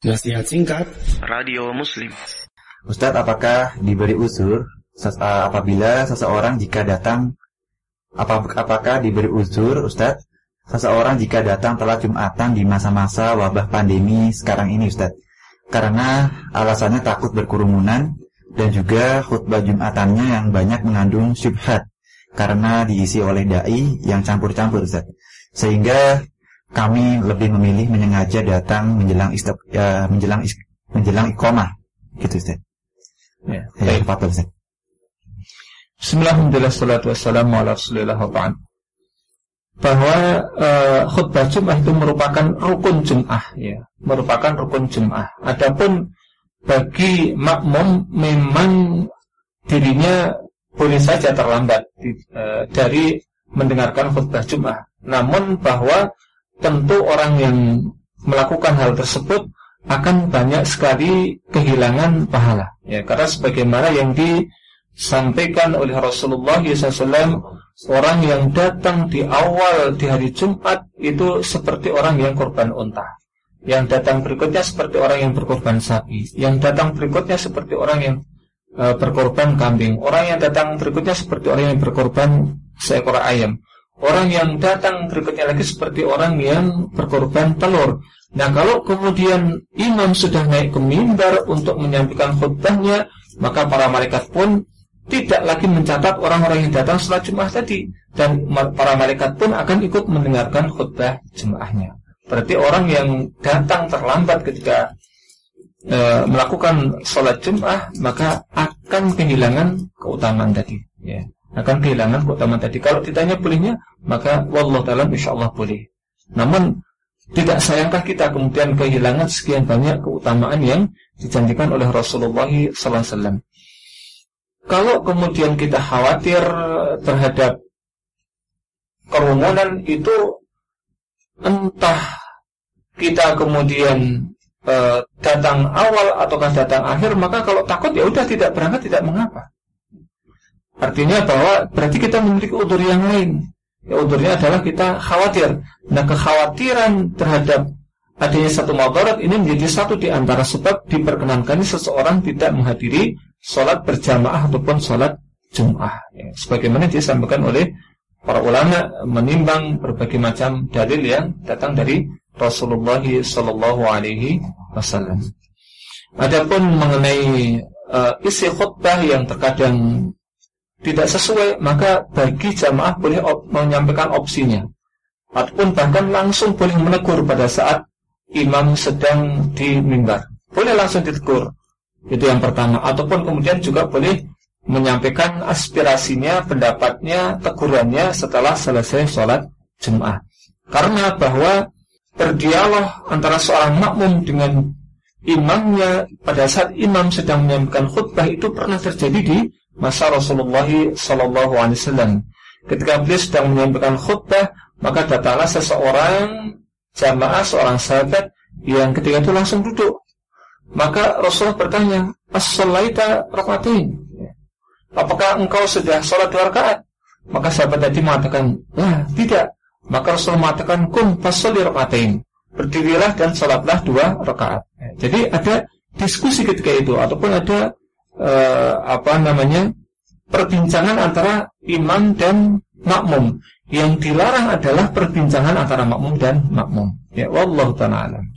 Nasihat singkat Radio Muslim. Ustadz, apakah diberi uzur apabila seseorang jika datang apakah diberi uzur, Ustadz, seseorang jika datang telat Jumatan di masa-masa wabah pandemi sekarang ini, Ustadz? Karena alasannya takut berkerumunan dan juga khutbah Jumatannya yang banyak mengandung syubhat karena diisi oleh dai yang campur-campur, Ustadz. Sehingga kami lebih memilih menyengaja datang menjelang iqamah, gitu, Ustaz. Ya, baik. Ustaz. Bismillahirrahmanirrahim. Wassalatu wassalamu ala Rasulillah wa ba'd. Bahwa khutbah Jum'ah itu merupakan rukun Jum'ah, ya, merupakan rukun Jum'ah. Adapun bagi makmum memang dirinya boleh saja terlambat dari mendengarkan khutbah Jum'ah. Namun bahwa tentu orang yang melakukan hal tersebut akan banyak sekali kehilangan pahala, ya, karena sebagaimana yang disampaikan oleh Rasulullah SAW, orang yang datang di awal di hari Jumat itu seperti orang yang korban unta, yang datang berikutnya seperti orang yang berkorban sapi, yang datang berikutnya seperti orang yang berkorban kambing, orang yang datang berikutnya seperti orang yang berkorban seekor ayam, orang yang datang berikutnya lagi seperti orang yang berkorban telur. Nah, kalau kemudian imam sudah naik ke mimbar untuk menyampaikan khutbahnya, maka para malaikat pun tidak lagi mencatat orang-orang yang datang setelah Jumat tadi, dan para malaikat pun akan ikut mendengarkan khutbah jemaahnya. Berarti orang yang datang terlambat ketika melakukan sholat Jumat, maka akan kehilangan keutamaan tadi, ya. Akan kehilangan keutamaan tadi. Kalau ditanya bolehnya, maka wallahu ta'ala insyaallah boleh. Namun tidak sayangkah kita kemudian kehilangan sekian banyak keutamaan yang dijanjikan oleh Rasulullah SAW. Kalau kemudian kita khawatir terhadap kerumunan itu, entah kita kemudian datang awal ataukah datang akhir, maka kalau takut ya udah tidak berangkat, tidak mengapa. Artinya bahwa berarti kita memiliki udzur yang lain. Ya, udzurnya adalah kita khawatir. Nah, kekhawatiran terhadap adanya satu madarat ini menjadi satu di antara sebab diperkenankan seseorang tidak menghadiri sholat berjamaah ataupun sholat Jum'ah, ya, sebagaimana disampaikan oleh para ulama menimbang berbagai macam dalil yang datang dari Rasulullah SAW. Adapun mengenai isi khutbah yang terkadang tidak sesuai, maka bagi jamaah boleh menyampaikan opsinya, ataupun bahkan langsung boleh menegur pada saat imam sedang di mimbar. Boleh langsung ditegur, itu yang pertama. Ataupun kemudian juga boleh menyampaikan aspirasinya, pendapatnya, tegurannya setelah selesai sholat Jum'ah. Karena bahwa berdialog antara seorang makmum dengan imamnya pada saat imam sedang menyampaikan khutbah itu pernah terjadi di masa Rasulullah SAW. Ketika beliau sedang menyampaikan khutbah, maka datanglah seseorang jamaah, seorang sahabat yang ketika itu langsung duduk. Maka Rasulullah bertanya, as-shalaita rak'atain? Apakah engkau sudah sholat 2 rakaat? Maka sahabat tadi mengatakan, tidak. Maka Rasulullah mengatakan, kum fasholli rak'atain, berdirilah dan sholatlah 2 rakaat. Jadi ada diskusi ketika itu, ataupun ada perbincangan antara imam dan makmum. Yang dilarang adalah perbincangan antara makmum dan makmum. Ya, wallahu ta'ala alam.